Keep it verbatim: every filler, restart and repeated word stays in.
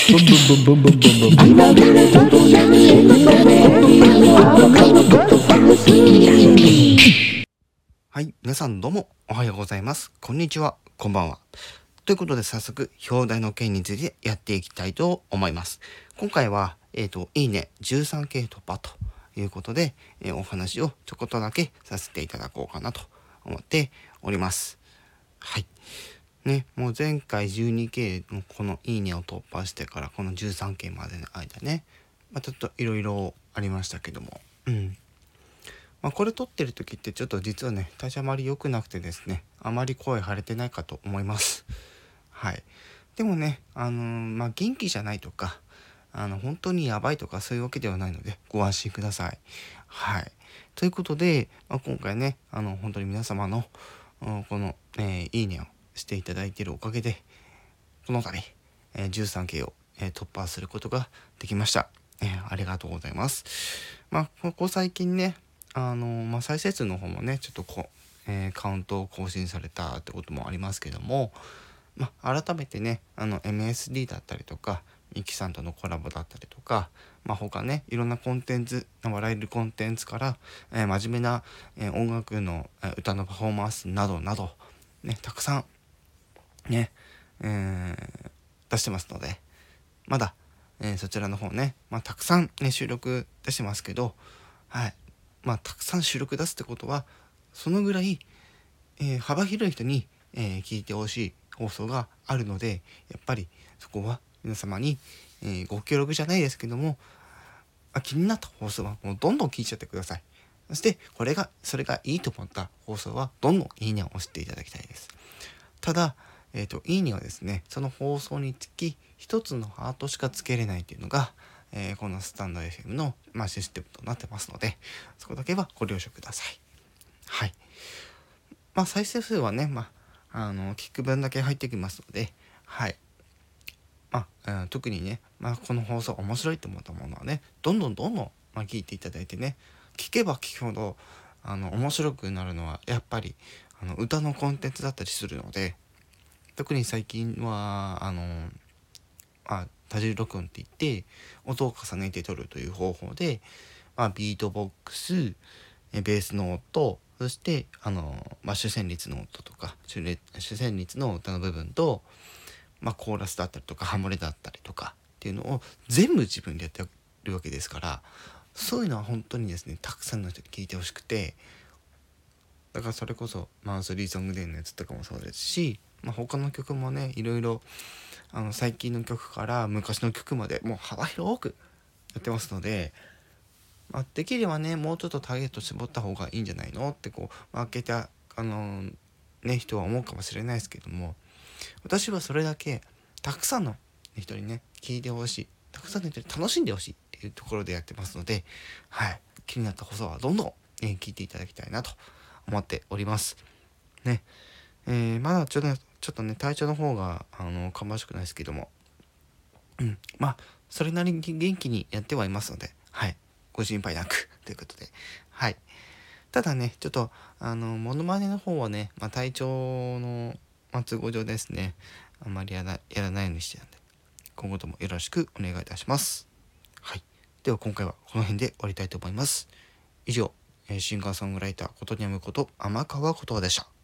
ブンブンブンブンブンブンブンブン。はい、皆さんどうもおはようございます。こんにちは、こんばんは。ということで早速表題の件についてやっていきたいと思います。今回はえっといいね じゅうさんケー 突破ということで、えー、お話をちょこっとだけさせていただこうかなと思っております。はい。ね、もう前回 じゅうにケー のこのいいねを突破してからこの じゅうさんケー までの間ね、まあ、ちょっといろいろありましたけども、うん。まあ、これ撮ってる時ってちょっと実はね、体調あまり良くなくてですね、あまり声腫れてないかと思います。はい。でもね、あのー、まあ、元気じゃないとか、あの、本当にやばいとかそういうわけではないので、ご安心ください。はい。ということで、まあ、今回ね、あの、本当に皆様の、この、えー、いいねをしていただいているおかげで、この度、えー、じゅうさんケー を、えー、突破することができました。えー、ありがとうございます。まあ、ここ最近ね、あのー、まあ、再生数の方もね、ちょっとこう、えー、カウントを更新されたってこともありますけども、まあ、改めてね、あの エムエスディー だったりとか、ミキさんとのコラボだったりとか、まあ、他ね、いろんなコンテンツ、笑えるコンテンツから、えー、真面目な、えー、音楽の、えー、歌のパフォーマンスなどなど、ね、たくさん、ね、えー、出してますので、まだ、えー、そちらの方ね、まあ、たくさん、ね、収録出してますけど、はい、まあ、たくさん収録出すってことは、そのぐらい、えー、幅広い人に、えー、聞いてほしい放送があるので、やっぱりそこは皆様に、えー、ご協力じゃないですけども、あ、気になった放送はもうどんどん聞いちゃってください。そしてこれがそれがいいと思った放送はどんどんいいねを押していただきたいです。ただ、えーと、いいねはですね、その放送につき一つのハートしかつけれないというのが、えー、このスタンド エフエム の、まあ、システムとなってますので、そこだけはご了承ください。はい。まあ再生数はね、まあ、あの聞く分だけ入ってきますので、はい。まあ、うん、特にね、まあ、この放送面白いと思ったものはね、どんどんどんどん、まあ、聞いていただいてね、聞けば聞くほどあの面白くなるのはやっぱりあの歌のコンテンツだったりするので、特に最近はあのあ多重録音って言って音を重ねて撮るという方法で、まあ、ビートボックス、ベースの音、そしてあの、まあ、主旋律の音とか主主旋律の歌の部分と、まあ、コーラスだったりとかハモリだったりとかっていうのを全部自分でやってるわけですから、そういうのは本当にですね、たくさんの人に聞いてほしくて、だからそれこそマンスリーソングデーのやつとかもそうですし、まあ、他の曲もね、いろいろあの最近の曲から昔の曲までもう幅広くやってますので、まあ、できればね、もうちょっとターゲット絞った方がいいんじゃないのってこうマーケターあのね人は思うかもしれないですけども、私はそれだけたくさんの人にね聞いてほしい、たくさんの人に楽しんでほしいっていうところでやってますので、はい、気になった放送はどんどん、えー、聞いていただきたいなと思っておりますね。えー、まだちょっとちょっとね体調の方があの芳しくないですけども、うん、まあそれなりに元気にやってはいますので、はい、ご心配なくということで、はい。ただね、ちょっとあのモノマネの方はね、まあ、体調の、まあ、都合上ですね、あんまりやらやらないようにしてたんで、今後ともよろしくお願いいたします。はい。では今回はこの辺で終わりたいと思います。以上、えー、シンガーソングライターことにゃむこと天川ことでした。